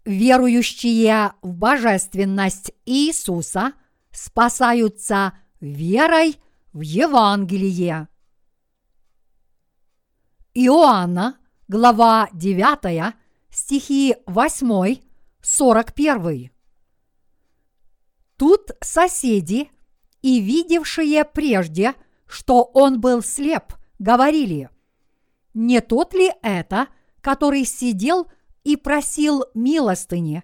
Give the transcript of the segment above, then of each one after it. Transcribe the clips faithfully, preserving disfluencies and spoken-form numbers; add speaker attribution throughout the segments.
Speaker 1: верующие в божественность Иисуса спасаются верой в Евангелие. Иоанна, глава девятая, стихи восемь, сорок один. Тут соседи и видевшие прежде, что он был слеп, говорили: «Не тот ли это, который сидел и просил милостыни?»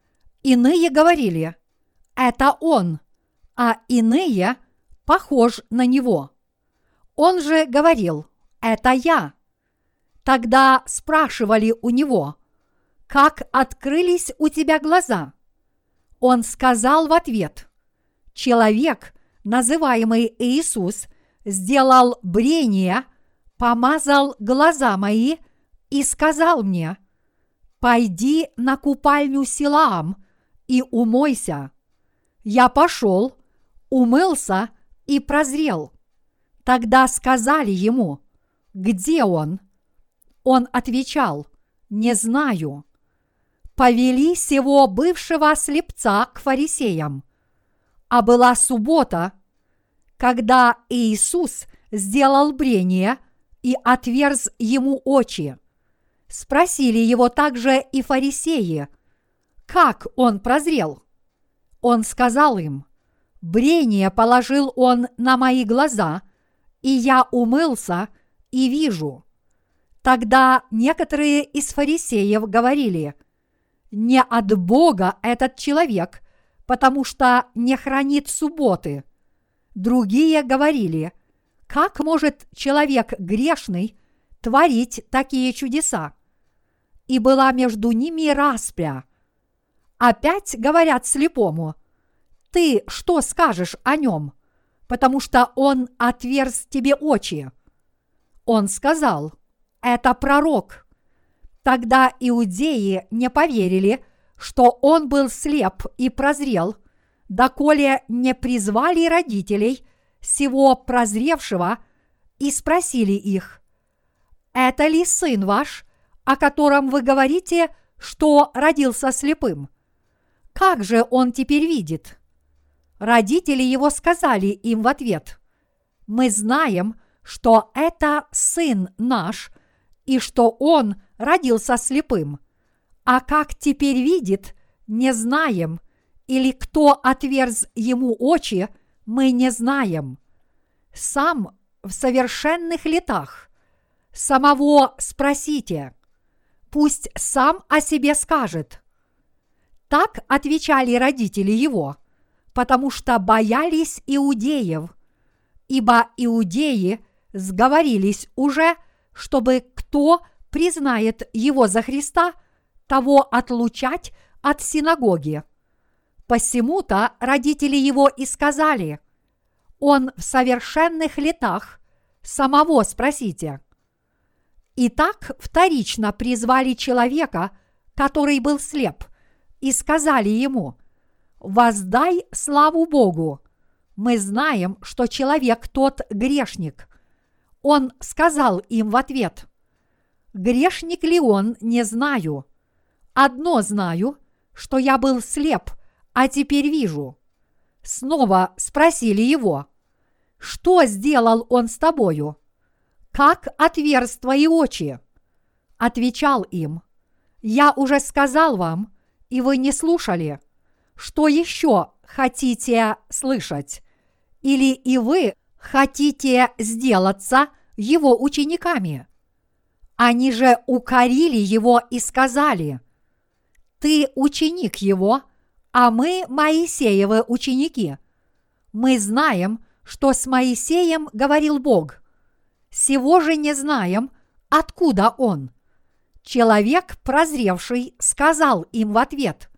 Speaker 1: Иные говорили: «Это он», а иные: «Похож на него». Он же говорил: «Это я». Тогда спрашивали у него: «Как открылись у тебя глаза?» Он сказал в ответ: «Человек, называемый Иисус, сделал брение, помазал глаза мои и сказал мне: пойди на купальню Силаам и умойся. Я пошел, умылся и прозрел». Тогда сказали ему: «Где он?» Он отвечал: «Не знаю». Повели сего бывшего слепца к фарисеям. А была суббота, когда Иисус сделал брение и отверз ему очи. Спросили его также и фарисеи: как он прозрел? Он сказал им: брение положил он на мои глаза, и я умылся и вижу. Тогда некоторые из фарисеев говорили: не от Бога этот человек, потому что не хранит субботы. Другие говорили: как может человек грешный творить такие чудеса? И была между ними распря. Опять говорят слепому: ты что скажешь о нем, потому что он отверз тебе очи? Он сказал: это пророк. Тогда иудеи не поверили, что он был слеп и прозрел, доколе не призвали родителей сего прозревшего и спросили их: это ли сын ваш, о котором вы говорите, что родился слепым? Как же он теперь видит? Родители его сказали им в ответ: мы знаем, что это сын наш, и что он родился слепым, а как теперь видит, не знаем, или кто отверз ему очи, мы не знаем. Сам в совершенных летах. Самого спросите, пусть сам о себе скажет». Так отвечали родители его, потому что боялись иудеев, ибо иудеи сговорились уже, чтобы кто признает его за Христа, того отлучать от синагоги. Посему-то родители его и сказали: он в совершенных летах, самого спросите. Итак, вторично призвали человека, который был слеп, и сказали ему: воздай славу Богу. Мы знаем, что человек тот грешник. Он сказал им в ответ: грешник ли он, не знаю. Одно знаю, что я был слеп, а теперь вижу. Снова спросили его: что сделал он с тобою? Как отверз твои очи? Отвечал им: я уже сказал вам, и вы не слушали. Что еще хотите слышать? Или и вы хотите сделаться его учениками? Они же укорили его и сказали: ты ученик его, а мы Моисеевы ученики. Мы знаем, что с Моисеем говорил Бог. Сего же не знаем, откуда он. Человек, прозревший, сказал им в ответ: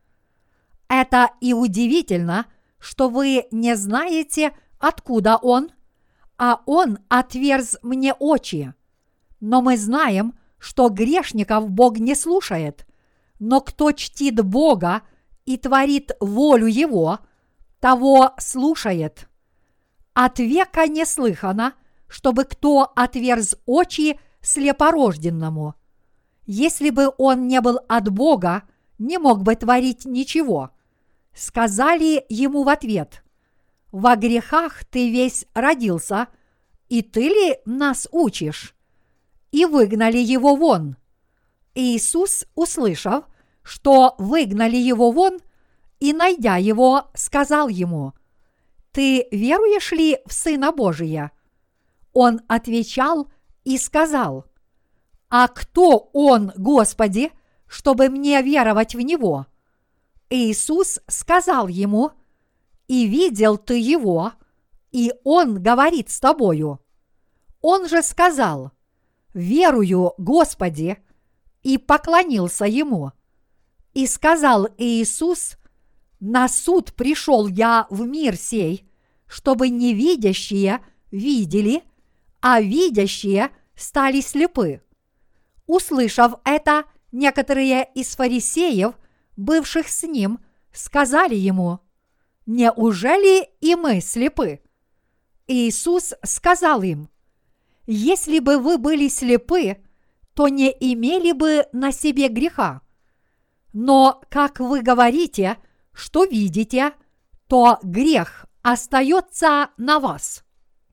Speaker 1: это и удивительно, что вы не знаете, откуда он, а он отверз мне очи. Но мы знаем, что грешников Бог не слушает, но кто чтит Бога и творит волю Его, того слушает. От века не слыхано, чтобы кто отверз очи слепорожденному. Если бы он не был от Бога, не мог бы творить ничего. Сказали ему в ответ: «Во грехах ты весь родился, и ты ли нас учишь?» И выгнали его вон. Иисус, услышав, что выгнали его вон, и, найдя его, сказал ему: «Ты веруешь ли в Сына Божия?» Он отвечал и сказал: «А кто Он, Господи, чтобы мне веровать в Него?» Иисус сказал ему: «И видел ты Его, и Он говорит с тобою». Он же сказал: «Верую, Господи», и поклонился Ему. И сказал Иисус: «На суд пришел я в мир сей, чтобы невидящие видели, а видящие стали слепы». Услышав это, некоторые из фарисеев, бывших с ним, сказали ему: «Неужели и мы слепы?» Иисус сказал им: «Если бы вы были слепы, то не имели бы на себе греха. Но, как вы говорите, что видите, то грех остается на вас».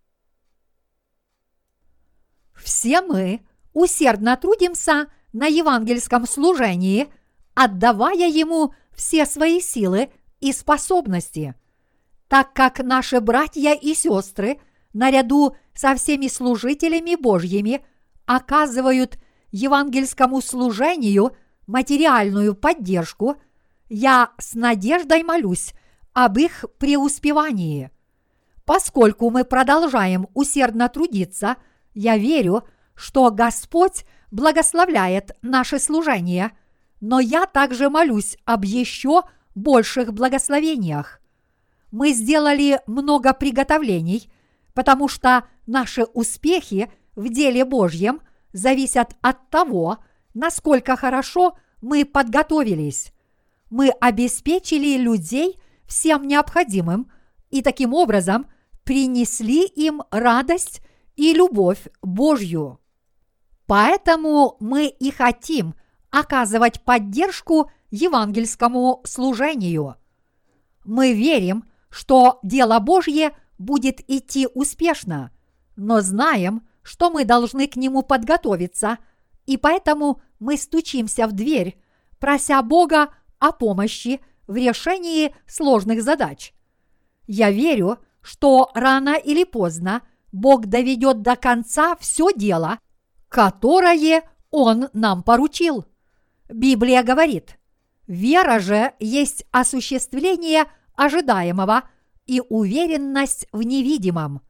Speaker 1: Все мы усердно трудимся на евангельском служении, отдавая ему все свои силы и способности, так как наши братья и сестры наряду со всеми служителями Божьими оказывают евангельскому служению материальную поддержку, я с надеждой молюсь об их преуспевании. Поскольку мы продолжаем усердно трудиться, я верю, что Господь благословляет наше служение, но я также молюсь об еще больших благословениях. Мы сделали много приготовлений, потому что наши успехи в деле Божьем зависят от того, насколько хорошо мы подготовились. Мы обеспечили людей всем необходимым и таким образом принесли им радость и любовь Божью. Поэтому мы и хотим оказывать поддержку евангельскому служению. Мы верим, что дело Божье будет идти успешно, но знаем, что мы должны к нему подготовиться, и поэтому мы стучимся в дверь, прося Бога о помощи в решении сложных задач. Я верю, что рано или поздно Бог доведет до конца все дело, которое Он нам поручил. Библия говорит: «Вера же есть осуществление ожидаемого и уверенность в невидимом».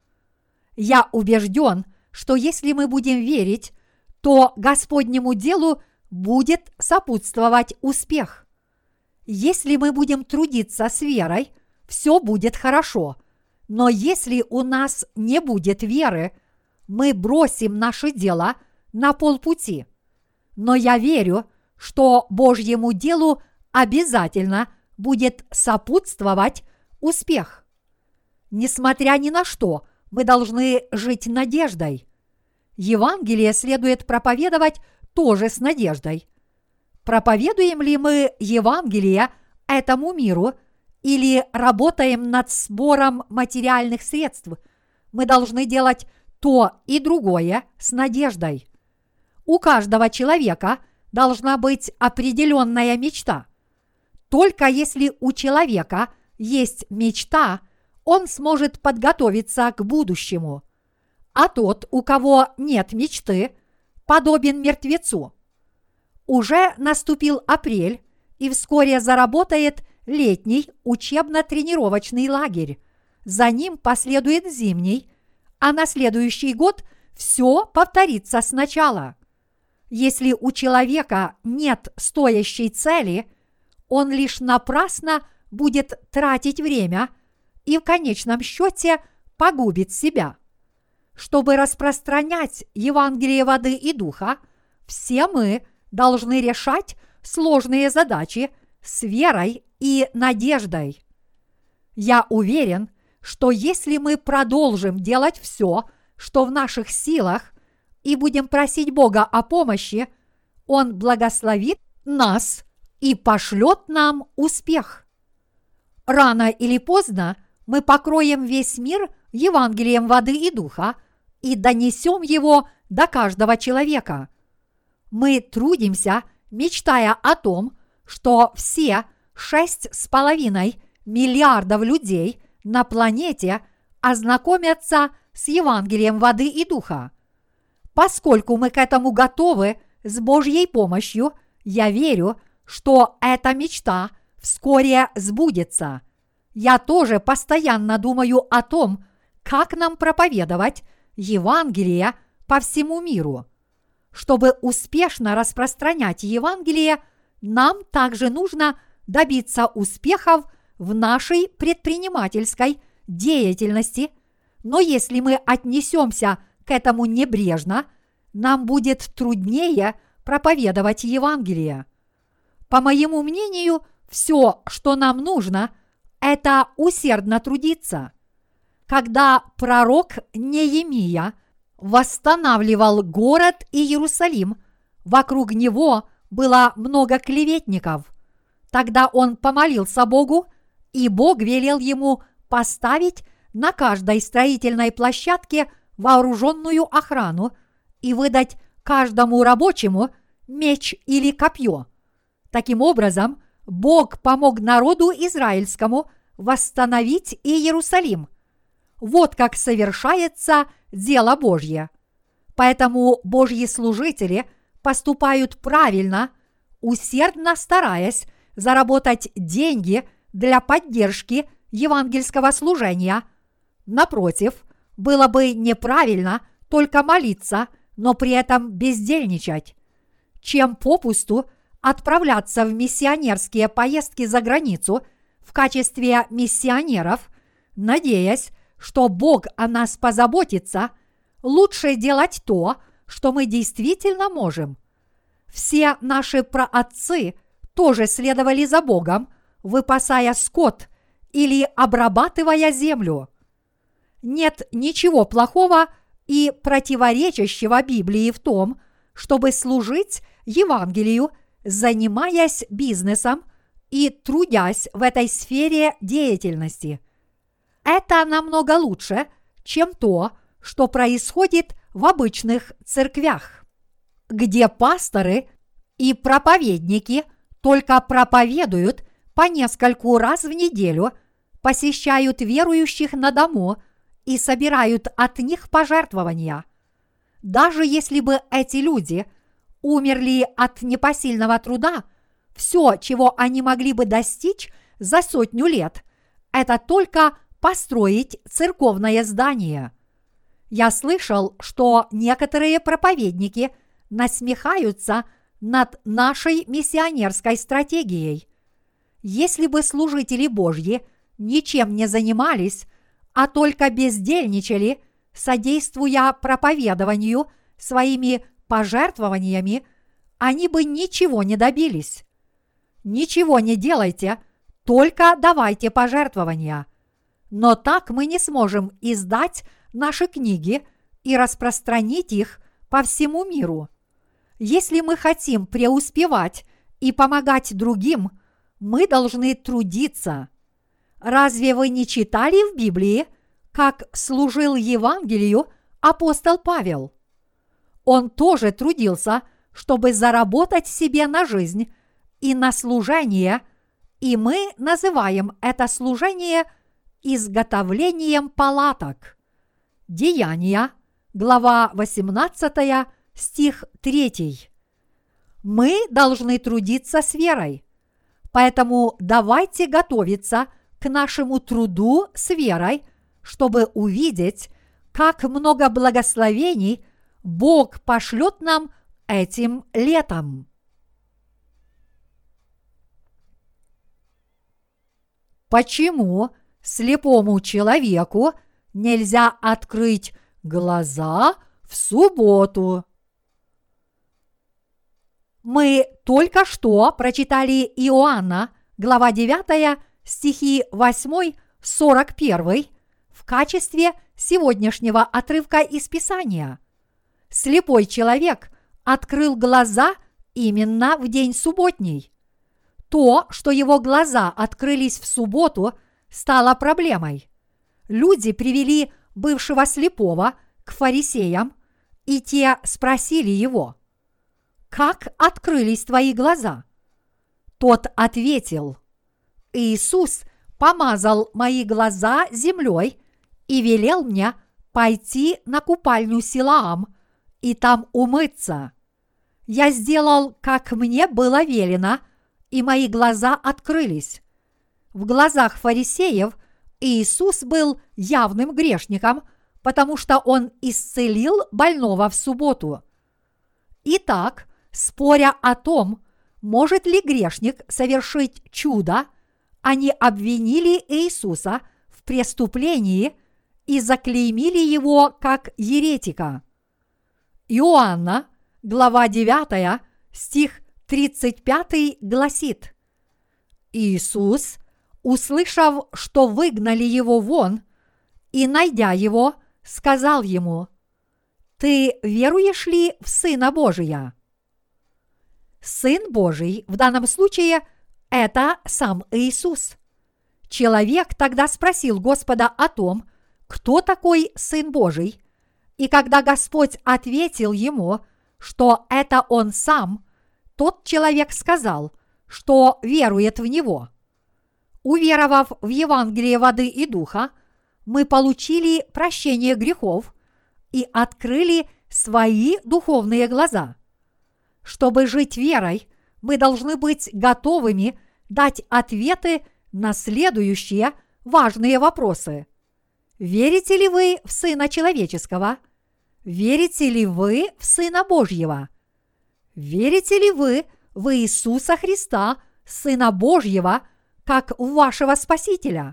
Speaker 1: Я убежден, что если мы будем верить, то Господнему делу будет сопутствовать успех. Если мы будем трудиться с верой, все будет хорошо, но если у нас не будет веры, мы бросим наше дело на полпути. Но я верю, что Божьему делу обязательно будет сопутствовать успех. Несмотря ни на что, мы должны жить надеждой. Евангелие следует проповедовать тоже с надеждой. Проповедуем ли мы Евангелие этому миру или работаем над сбором материальных средств, мы должны делать то и другое с надеждой. У каждого человека должна быть определенная мечта. Только если у человека есть мечта, он сможет подготовиться к будущему. А тот, у кого нет мечты, подобен мертвецу. Уже наступил апрель, и вскоре заработает летний учебно-тренировочный лагерь. За ним последует зимний, а на следующий год все повторится сначала. Если у человека нет стоящей цели, он лишь напрасно будет тратить время и в конечном счете погубит себя. Чтобы распространять Евангелие воды и духа, все мы должны решать сложные задачи с верой и надеждой. Я уверен, что если мы продолжим делать все, что в наших силах, и будем просить Бога о помощи, Он благословит нас и пошлет нам успех. Рано или поздно мы покроем весь мир Евангелием воды и духа и донесем его до каждого человека. Мы трудимся, мечтая о том, что все шесть с половиной миллиардов людей на планете ознакомятся с Евангелием воды и духа. Поскольку мы к этому готовы с Божьей помощью, я верю, что эта мечта вскоре сбудется. Я тоже постоянно думаю о том, как нам проповедовать Евангелие по всему миру. Чтобы успешно распространять Евангелие, нам также нужно добиться успехов в нашей предпринимательской деятельности, но если мы отнесемся к этому небрежно, нам будет труднее проповедовать Евангелие. По моему мнению, все, что нам нужно, это усердно трудиться. Когда пророк Неемия восстанавливал город Иерусалим, вокруг него было много клеветников. Тогда он помолился Богу, и Бог велел ему поставить на каждой строительной площадке вооруженную охрану и выдать каждому рабочему меч или копье. Таким образом, Бог помог народу израильскому восстановить Иерусалим. Вот как совершается дело Божье. Поэтому Божьи служители поступают правильно, усердно стараясь заработать деньги для поддержки евангельского служения. Напротив, было бы неправильно только молиться, но при этом бездельничать. Чем попусту отправляться в миссионерские поездки за границу в качестве миссионеров, надеясь, что Бог о нас позаботится, лучше делать то, что мы действительно можем. Все наши праотцы тоже следовали за Богом, выпасая скот или обрабатывая землю. Нет ничего плохого и противоречащего Библии в том, чтобы служить Евангелию, занимаясь бизнесом и трудясь в этой сфере деятельности. Это намного лучше, чем то, что происходит в обычных церквях, где пасторы и проповедники только проповедуют по нескольку раз в неделю, посещают верующих на дому и собирают от них пожертвования. Даже если бы эти люди умерли от непосильного труда, все, чего они могли бы достичь за сотню лет, это только построить церковное здание. Я слышал, что некоторые проповедники насмехаются над нашей миссионерской стратегией. Если бы служители Божьи ничем не занимались, а только бездельничали, содействуя проповедованию своими пожертвованиями, они бы ничего не добились. Ничего не делайте, только давайте пожертвования. Но так мы не сможем издать наши книги и распространить их по всему миру. Если мы хотим преуспевать и помогать другим, мы должны трудиться. Разве вы не читали в Библии, как служил Евангелию апостол Павел? Он тоже трудился, чтобы заработать себе на жизнь и на служение, и мы называем это служение изготовлением палаток. Деяния, глава восемнадцатая, стих третий. Мы должны трудиться с верой, поэтому давайте готовиться к нашему труду с верой, чтобы увидеть, как много благословений Бог пошлет нам этим летом. Почему слепому человеку нельзя открыть глаза в субботу? Мы только что прочитали Иоанна, глава девятая, стихи восемь сорок один в качестве сегодняшнего отрывка из Писания. Слепой человек открыл глаза именно в день субботний. То, что его глаза открылись в субботу, стало проблемой. Люди привели бывшего слепого к фарисеям, и те спросили его: «Как открылись твои глаза?» Тот ответил: «Иисус помазал мои глаза землей и велел мне пойти на купальню Силаам и там умыться. Я сделал, как мне было велено, и мои глаза открылись». В глазах фарисеев Иисус был явным грешником, потому что он исцелил больного в субботу. Итак, споря о том, может ли грешник совершить чудо, они обвинили Иисуса в преступлении и заклеймили его как еретика. Иоанна, глава девятая, стих тридцать пятый гласит: «Иисус, услышав, что выгнали его вон, и, найдя его, сказал ему: „Ты веруешь ли в Сына Божия?“ Сын Божий в данном случае – это сам Иисус. Человек тогда спросил Господа о том, кто такой Сын Божий, и когда Господь ответил ему, что это Он сам, тот человек сказал, что верует в Него. Уверовав в Евангелие воды и духа, мы получили прощение грехов и открыли свои духовные глаза. Чтобы жить верой, мы должны быть готовыми дать ответы на следующие важные вопросы. Верите ли вы в Сына Человеческого? Верите ли вы в Сына Божьего? Верите ли вы в Иисуса Христа, Сына Божьего, как в вашего Спасителя?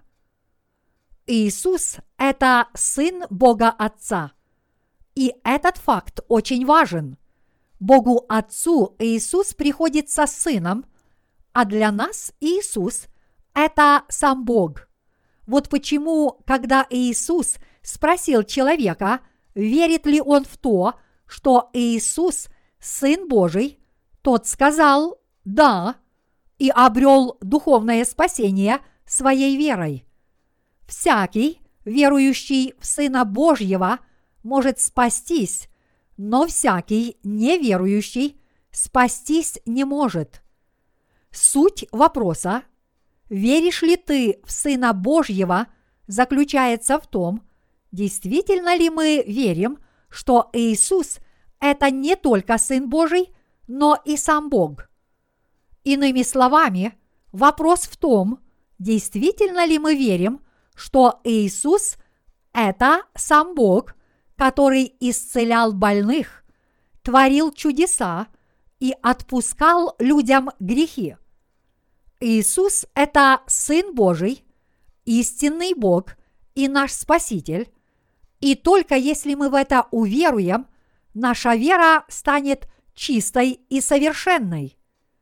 Speaker 1: Иисус – это Сын Бога Отца. И этот факт очень важен. Богу Отцу Иисус приходится Сыном, а для нас Иисус – это сам Бог. Вот почему, когда Иисус спросил человека, верит ли он в то, что Иисус – Сын Божий, тот сказал «да» и обрел духовное спасение своей верой. Всякий, верующий в Сына Божьего, может спастись, но всякий неверующий спастись не может. Суть вопроса «Веришь ли ты в Сына Божьего?» заключается в том, действительно ли мы верим, что Иисус – это не только Сын Божий, но и сам Бог. Иными словами, вопрос в том, действительно ли мы верим, что Иисус – это сам Бог, который исцелял больных, творил чудеса и отпускал людям грехи. Иисус – это Сын Божий, истинный Бог и наш Спаситель, и только если мы в это уверуем, наша вера станет чистой и совершенной.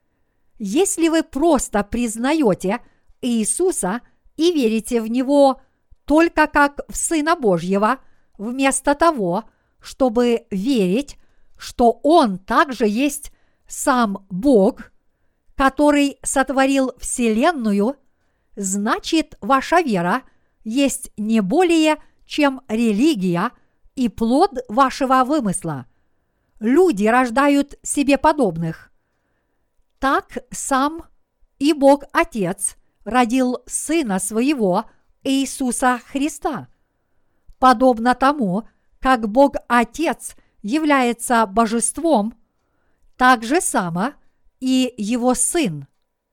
Speaker 1: Если вы просто признаете Иисуса и верите в Него только как в Сына Божьего, вместо того, чтобы верить, что Он также есть сам Бог, который сотворил Вселенную, значит, ваша вера есть не более, чем религия и плод вашего вымысла. Люди рождают себе подобных. Так сам и Бог Отец родил Сына Своего, Иисуса Христа. Подобно тому, как Бог Отец является божеством, так же само и Его Сын.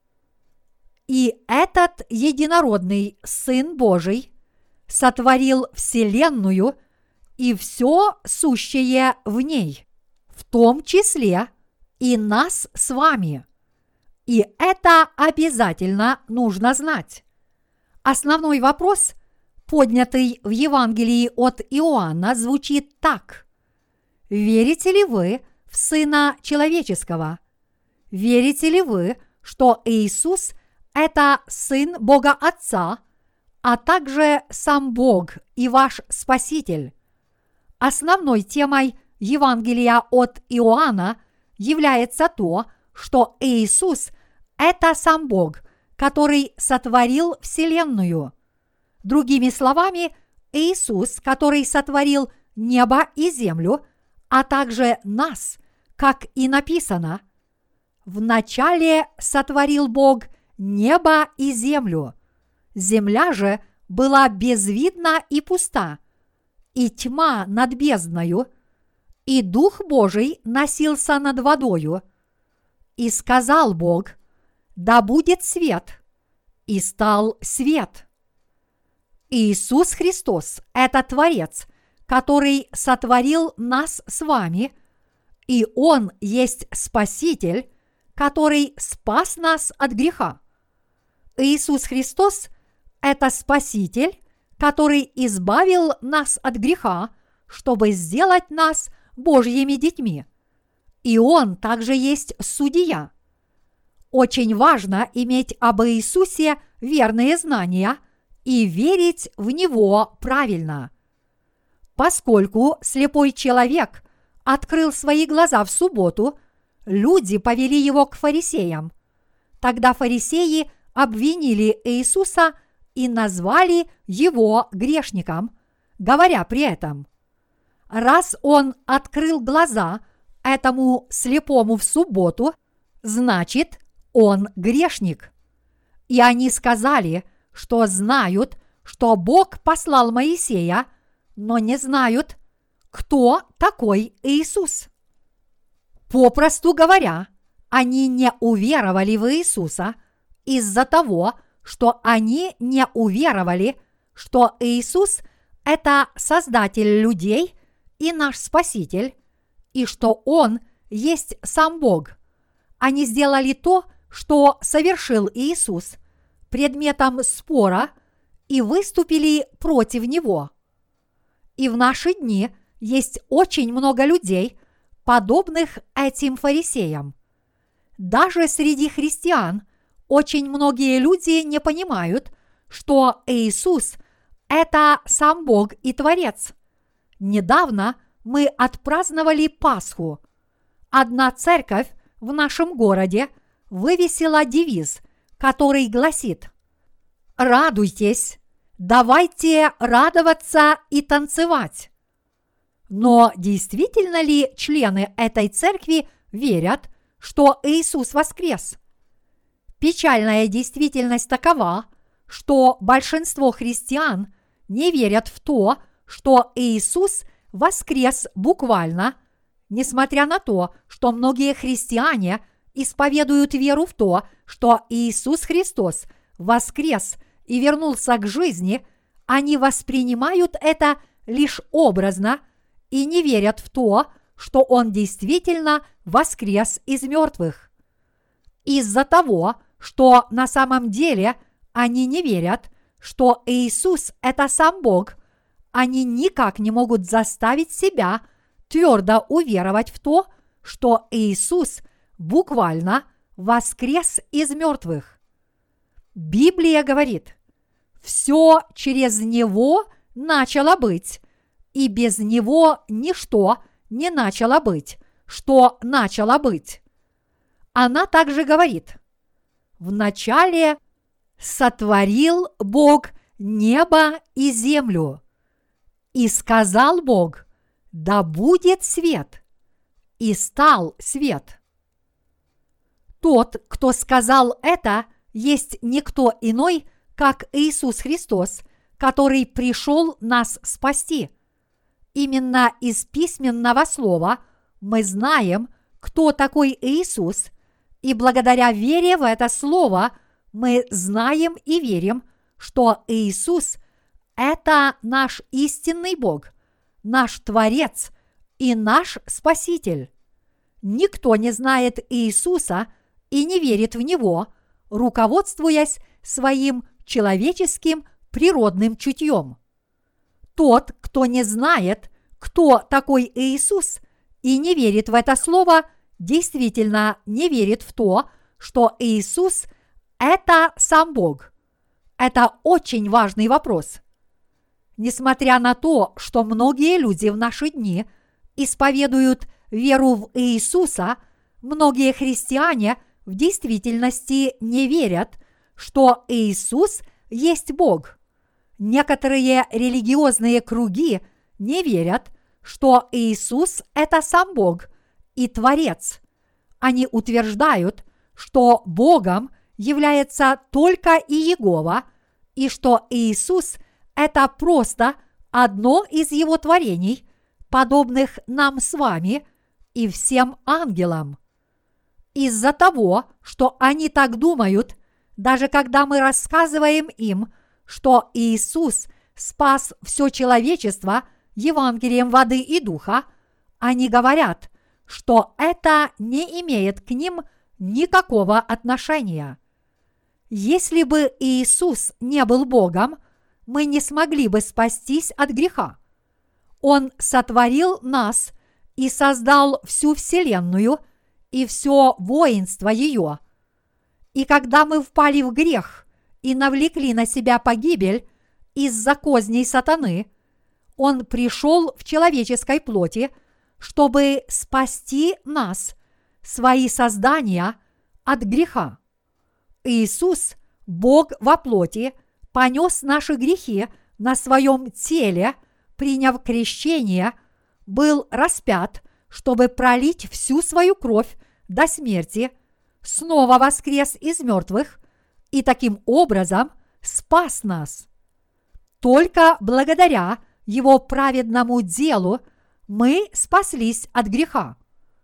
Speaker 1: И этот единородный Сын Божий сотворил Вселенную и все сущее в ней, в том числе и нас с вами. И это обязательно нужно знать. Основной вопрос, поднятый в Евангелии от Иоанна, звучит так: верите ли вы в Сына Человеческого? Верите ли вы, что Иисус – это Сын Бога Отца, а также сам Бог и ваш Спаситель? Основной темой Евангелия от Иоанна является то, что Иисус – это сам Бог, который сотворил Вселенную. Другими словами, Иисус, который сотворил небо и землю, а также нас, как и написано: «Вначале сотворил Бог небо и землю, земля же была безвидна и пуста, и тьма над бездною, и Дух Божий носился над водою. И сказал Бог: да будет свет, и стал свет». Иисус Христос – это Творец, который сотворил нас с вами, и Он есть Спаситель, который спас нас от греха. Иисус Христос – это Спаситель, который избавил нас от греха, чтобы сделать нас Божьими детьми. И Он также есть Судья. Очень важно иметь об Иисусе верные знания и верить в Него правильно. Поскольку слепой человек открыл свои глаза в субботу, люди повели его к фарисеям. Тогда фарисеи обвинили Иисуса и назвали его грешником, говоря при этом: раз он открыл глаза этому слепому в субботу, значит, он грешник. И они сказали, что знают, что Бог послал Моисея, но не знают, кто такой Иисус. Попросту говоря, они не уверовали в Иисуса из-за того, что они не уверовали, что Иисус – это Создатель людей и наш Спаситель, и что Он есть сам Бог. Они сделали то, что совершил Иисус, предметом спора, и выступили против Него. И в наши дни есть очень много людей, подобных этим фарисеям. Даже среди христиан очень многие люди не понимают, что Иисус – это сам Бог и Творец. Недавно мы отпраздновали Пасху. Одна церковь в нашем городе вывесила девиз, который гласит: «Радуйтесь, давайте радоваться и танцевать». Но действительно ли члены этой церкви верят, что Иисус воскрес? Печальная действительность такова, что большинство христиан не верят в то, что Иисус воскрес буквально, несмотря на то, что многие христиане исповедуют веру в то, что Иисус Христос воскрес и вернулся к жизни, они воспринимают это лишь образно и не верят в то, что Он действительно воскрес из мертвых. Из-за того, что на самом деле они не верят, что Иисус – это сам Бог, они никак не могут заставить себя твердо уверовать в то, что Иисус буквально воскрес из мертвых. Библия говорит: «Все через Него начало быть, и без Него ничто не начало быть, что начало быть». Она также говорит: «Вначале сотворил Бог небо и землю, и сказал Бог: да будет свет, и стал свет». Тот, кто сказал это, есть никто иной, как Иисус Христос, который пришел нас спасти. Именно из письменного слова мы знаем, кто такой Иисус, и благодаря вере в это слово мы знаем и верим, что Иисус – это наш истинный Бог, наш Творец и наш Спаситель. Никто не знает Иисуса и не верит в Него, руководствуясь своим человеческим природным чутьем. Тот, кто не знает, кто такой Иисус, и не верит в это слово, действительно не верит в то, что Иисус – это сам Бог. Это очень важный вопрос. Несмотря на то, что многие люди в наши дни исповедуют веру в Иисуса, многие христиане в действительности не верят, что Иисус есть Бог. Некоторые религиозные круги не верят, что Иисус – это сам Бог и Творец. Они утверждают, что Богом является только Иегова, и что Иисус – это просто одно из Его творений, подобных нам с вами и всем ангелам. Из-за того, что они так думают, даже когда мы рассказываем им, что Иисус спас все человечество Евангелием воды и духа, они говорят, что это не имеет к ним никакого отношения. Если бы Иисус не был Богом, мы не смогли бы спастись от греха. Он сотворил нас и создал всю вселенную и все воинство ее. И когда мы впали в грех и навлекли на себя погибель из-за козней сатаны, Он пришел в человеческой плоти, чтобы спасти нас, свои создания, от греха. Иисус, Бог во плоти, понес наши грехи на своем теле, приняв крещение, был распят, чтобы пролить всю свою кровь до смерти, снова воскрес из мертвых и таким образом спас нас. Только благодаря Его праведному делу мы спаслись от греха.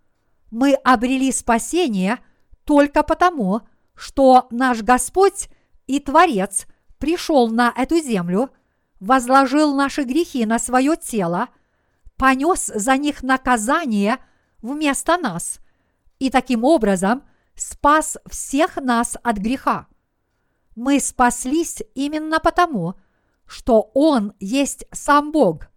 Speaker 1: Мы обрели спасение только потому, что наш Господь и Творец пришел на эту землю, возложил наши грехи на свое тело, понес за них наказание вместо нас и таким образом спас всех нас от греха. Мы спаслись именно потому, что Он есть сам Бог.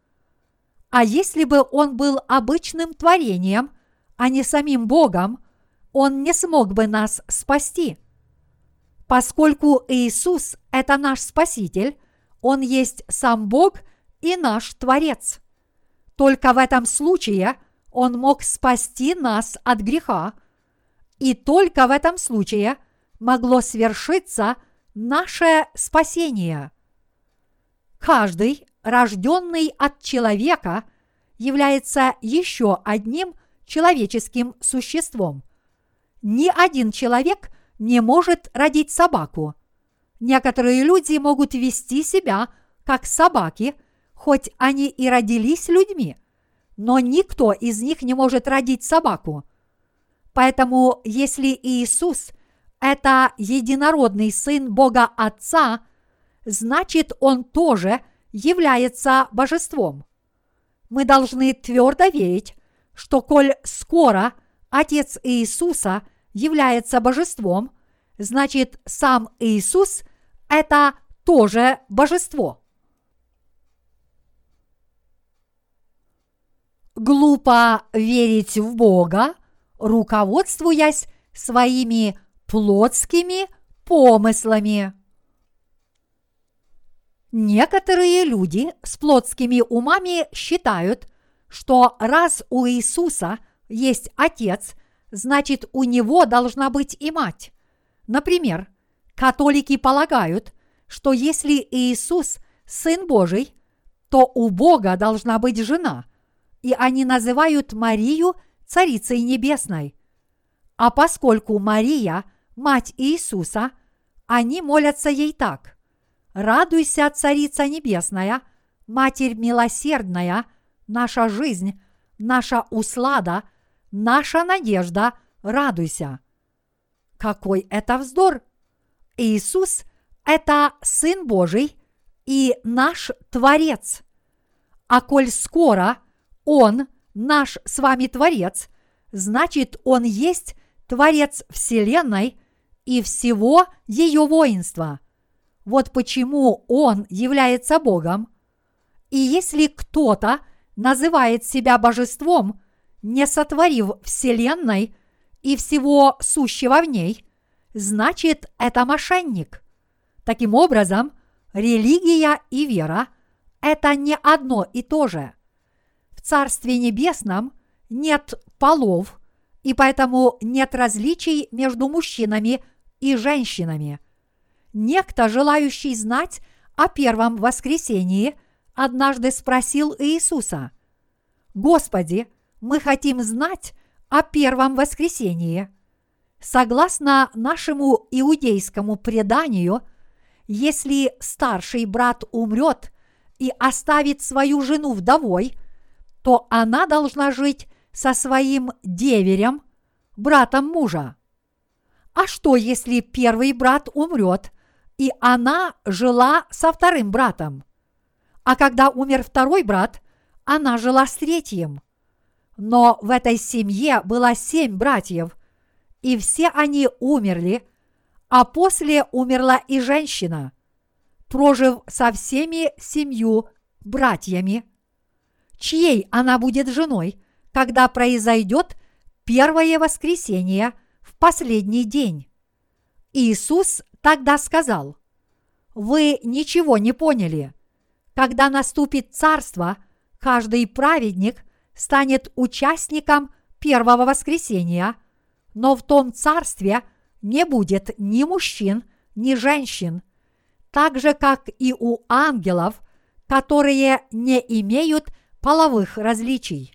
Speaker 1: А если бы Он был обычным творением, а не самим Богом, Он не смог бы нас спасти. Поскольку Иисус – это наш Спаситель, Он есть сам Бог и наш Творец. Только в этом случае Он мог спасти нас от греха, и только в этом случае могло свершиться наше спасение. Каждый, рожденный от человека, является еще одним человеческим существом. Ни один человек не может родить собаку. Некоторые люди могут вести себя как собаки, хоть они и родились людьми, но никто из них не может родить собаку. Поэтому, если Иисус – это единородный Сын Бога Отца, значит, Он тоже является божеством. Мы должны твердо верить, что коль скоро Отец Иисуса является божеством, значит, сам Иисус – это тоже божество. Глупо верить в Бога, руководствуясь своими плотскими помыслами. Некоторые люди с плотскими умами считают, что раз у Иисуса есть Отец, значит, у Него должна быть и мать. Например, католики полагают, что если Иисус – Сын Божий, то у Бога должна быть жена, и они называют Марию Царицей Небесной. А поскольку Мария – мать Иисуса, они молятся ей так: «Радуйся, Царица Небесная, Матерь милосердная, наша жизнь, наша услада, наша надежда, радуйся». Какой это вздор! Иисус – это Сын Божий и наш Творец. А коль скоро Он наш с вами Творец, значит, Он есть Творец Вселенной и всего ее воинства. Вот почему Он является Богом. И если кто-то называет себя божеством, не сотворив Вселенной и всего сущего в ней, значит, это мошенник. Таким образом, религия и вера – это не одно и то же. В Царстве Небесном нет полов, и поэтому нет различий между мужчинами и женщинами. Некто, желающий знать о первом воскресении, однажды спросил Иисуса: «Господи, мы хотим знать о первом воскресении». Согласно нашему иудейскому преданию, если старший брат умрет и оставит свою жену вдовой, то она должна жить со своим деверем, братом мужа. А что, если первый брат умрет, и она жила со вторым братом? А когда умер второй брат, она жила с третьим. Но в этой семье было семь братьев, и все они умерли, а после умерла и женщина, прожив со всеми семью братьями. Чьей она будет женой, когда произойдет первое воскресение в последний день? Иисус тогда сказал: «Вы ничего не поняли. Когда наступит царство, каждый праведник станет участником первого воскресения, но в том царстве не будет ни мужчин, ни женщин, так же, как и у ангелов, которые не имеют половых различий».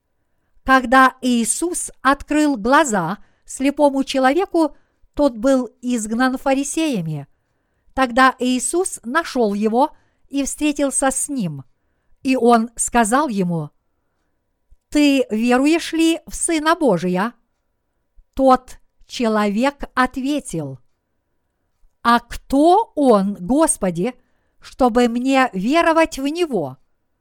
Speaker 1: Когда Иисус открыл глаза слепому человеку, тот был изгнан фарисеями. Тогда Иисус нашел его и встретился с ним, и он сказал ему: «Ты веруешь ли в Сына Божия?» Тот человек ответил: «А кто Он, Господи, чтобы мне веровать в Него?»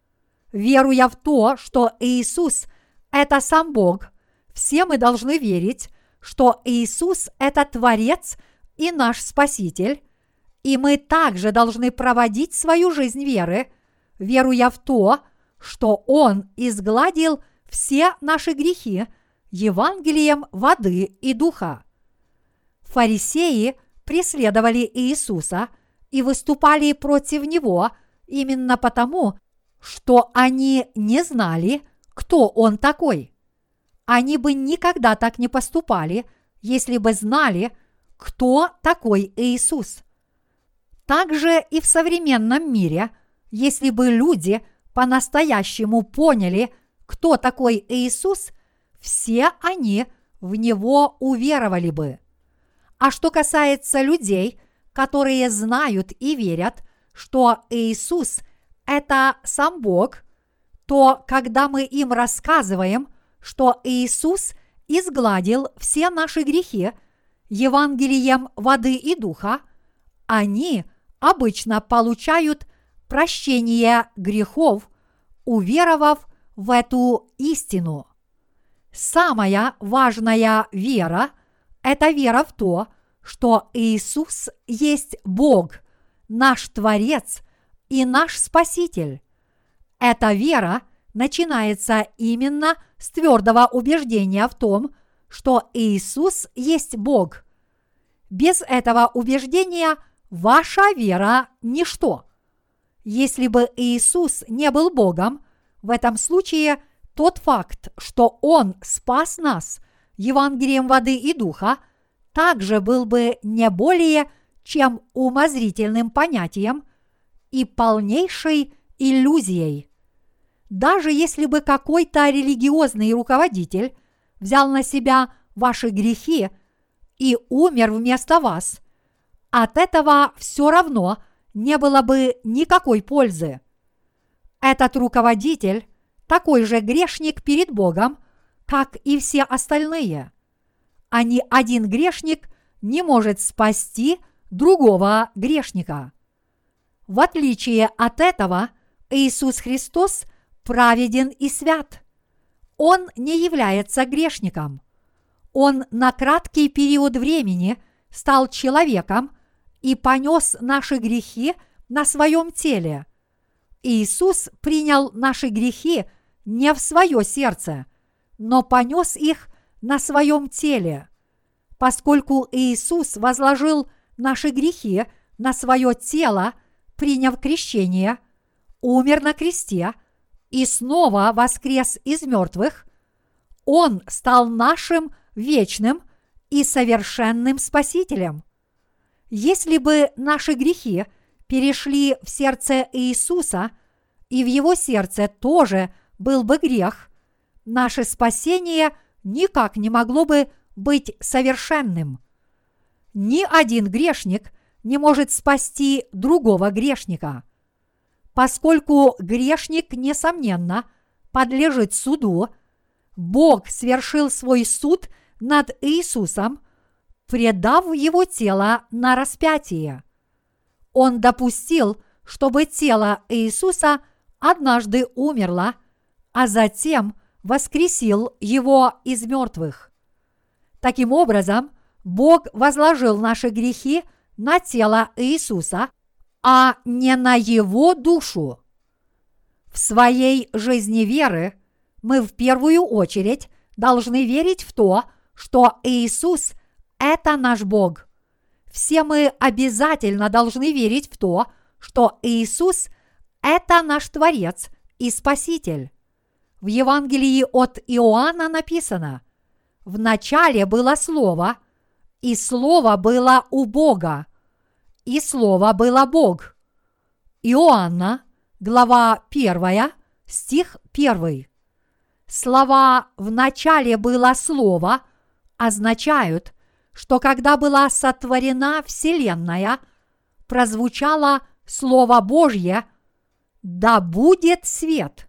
Speaker 1: Веруя в то, что Иисус – это сам Бог, все мы должны верить, что Иисус – это Творец и наш Спаситель, и мы также должны проводить свою жизнь веры, веруя в то, что Он изгладил все наши грехи Евангелием воды и духа. Фарисеи преследовали Иисуса и выступали против Него именно потому, что они не знали, кто Он такой. Они бы никогда так не поступали, если бы знали, кто такой Иисус. Также и в современном мире, если бы люди по-настоящему поняли, кто такой Иисус, все они в Него уверовали бы. А что касается людей, которые знают и верят, что Иисус – это сам Бог, то когда мы им рассказываем, что Иисус изгладил все наши грехи Евангелием воды и духа, они обычно получают прощение грехов, уверовав в эту истину. Самая важная вера – это вера в то, что Иисус есть Бог, наш Творец и наш Спаситель. Эта вера начинается именно с твердого убеждения в том, что Иисус есть Бог. Без этого убеждения ваша вера – ничто. Если бы Иисус не был Богом, в этом случае тот факт, что Он спас нас Евангелием воды и духа, также был бы не более чем умозрительным понятием и полнейшей иллюзией. Даже если бы какой-то религиозный руководитель взял на себя ваши грехи и умер вместо вас, от этого все равно не было бы никакой пользы. Этот руководитель такой же грешник перед Богом, как и все остальные. А ни один грешник не может спасти другого грешника. В отличие от этого, Иисус Христос праведен и свят. Он не является грешником. Он на краткий период времени стал человеком и понес наши грехи на своем теле. Иисус принял наши грехи не в свое сердце, но понес их на своем теле. Поскольку Иисус возложил наши грехи на свое тело, приняв крещение, умер на кресте и снова воскрес из мертвых, Он стал нашим вечным и совершенным Спасителем. Если бы наши грехи перешли в сердце Иисуса, и в Его сердце тоже был бы грех, наше спасение никак не могло бы быть совершенным. Ни один грешник не может спасти другого грешника. Поскольку грешник, несомненно, подлежит суду, Бог свершил свой суд над Иисусом, предав его тело на распятие. Он допустил, чтобы тело Иисуса однажды умерло, а затем воскресил его из мертвых. Таким образом, Бог возложил наши грехи на тело Иисуса, а не на его душу. В своей жизни веры мы в первую очередь должны верить в то, что Иисус – это наш Бог. Все мы обязательно должны верить в то, что Иисус – это наш Творец и Спаситель. В Евангелии от Иоанна написано: «В начале было Слово, и Слово было у Бога, и Слово было Бог». Иоанна, глава первая, стих первый. Слова «в начале было Слово» означают, что когда была сотворена Вселенная, прозвучало Слово Божье «Да будет свет».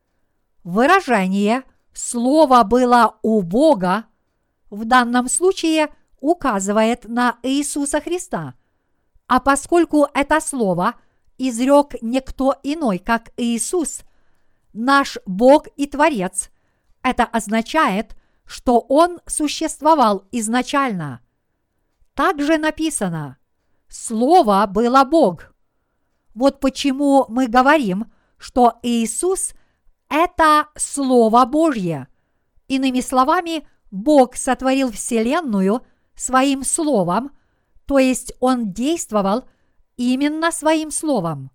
Speaker 1: Выражение «Слово было у Бога» в данном случае указывает на Иисуса Христа, а поскольку это Слово изрек никто иной, как Иисус, наш Бог и Творец, это означает, что Он существовал изначально. Также написано: «Слово было Бог». Вот почему мы говорим, что Иисус – это Слово Божье. Иными словами, Бог сотворил Вселенную Своим Словом, то есть Он действовал именно Своим Словом.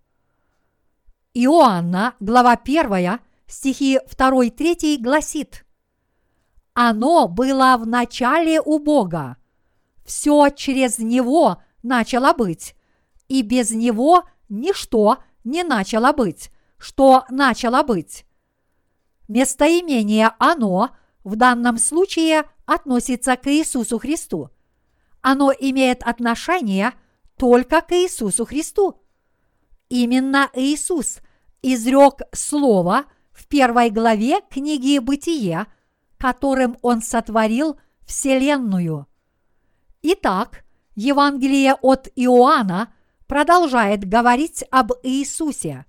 Speaker 1: Иоанна, глава первая, стихи два-три гласит: «Оно было в начале у Бога, все через Него начало быть, и без Него ничто не начало быть, что начало быть». Местоимение «оно» в данном случае относится к Иисусу Христу. Оно имеет отношение только к Иисусу Христу. Именно Иисус изрек Слово в первой главе книги «Бытие», которым Он сотворил Вселенную. Итак, Евангелие от Иоанна продолжает говорить об Иисусе.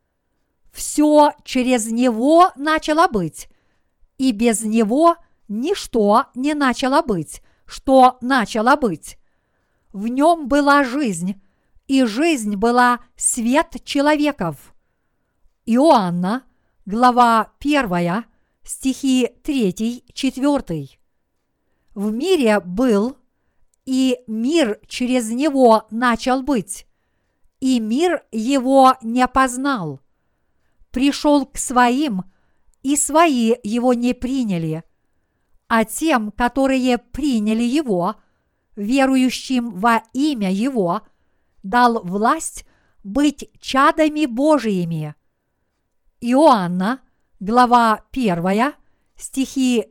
Speaker 1: «Все через Него начало быть, и без Него ничто не начало быть, что начало быть. В Нем была жизнь, и жизнь была свет человеков». Иоанна, глава первая, стихи три-четыре. «В мире был, и мир через Него начал быть, и мир Его не познал. Пришел к своим, и свои Его не приняли, а тем, которые приняли Его, верующим во имя Его, дал власть быть чадами Божиими». Иоанна, глава первая, стихи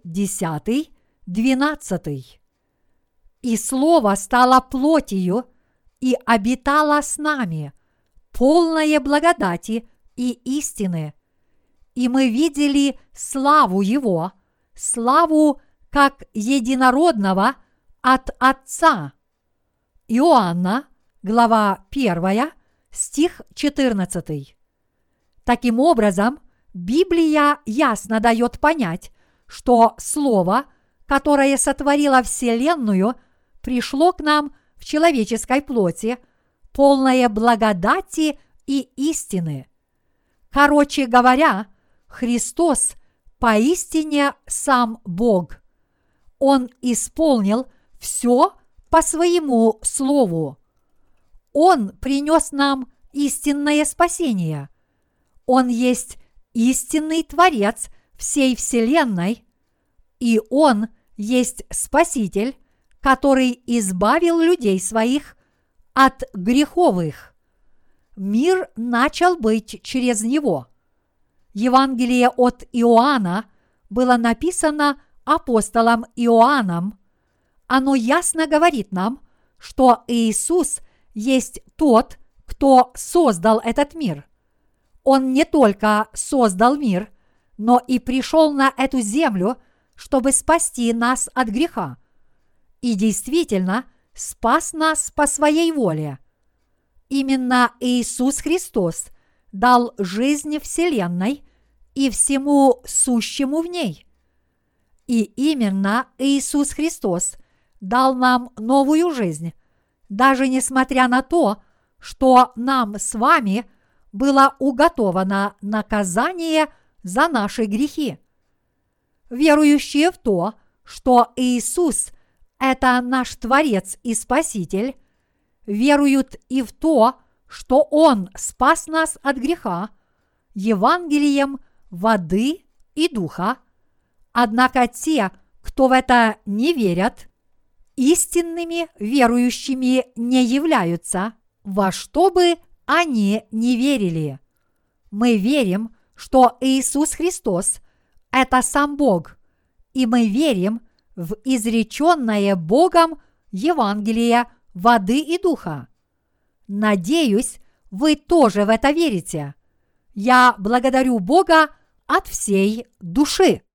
Speaker 1: десять-двенадцать. «И Слово стало плотью и обитало с нами, полное благодати и истины, и мы видели славу Его, славу как единородного от Отца». Иоанна, глава первая, стих четырнадцатый. Таким образом, Библия ясно дает понять, что Слово, которое сотворило Вселенную, пришло к нам в человеческой плоти, полное благодати и истины. Короче говоря, Христос поистине сам Бог. Он исполнил все по своему Слову. Он принес нам истинное спасение. Он есть истинный Творец всей Вселенной. и Он есть Спаситель, который избавил людей своих от греховых. Мир начал быть через Него. Евангелие от Иоанна было написано апостолом Иоанном. Оно ясно говорит нам, что Иисус есть тот, кто создал этот мир. Он не только создал мир, но и пришел на эту землю, чтобы спасти нас от греха. И действительно спас нас по своей воле. Именно Иисус Христос дал жизнь Вселенной и всему сущему в ней. И именно Иисус Христос дал нам новую жизнь, даже несмотря на то, что нам с вами было уготовано наказание за наши грехи. Верующие в то, что Иисус – это наш Творец и Спаситель, веруют и в то, что Он спас нас от греха Евангелием воды и духа. Однако те, кто в это не верят, истинными верующими не являются, во что бы они не верили. Мы верим, что Иисус Христос – это сам Бог, и мы верим в изреченное Богом Евангелие воды и духа. Надеюсь, вы тоже в это верите. Я благодарю Бога от всей души.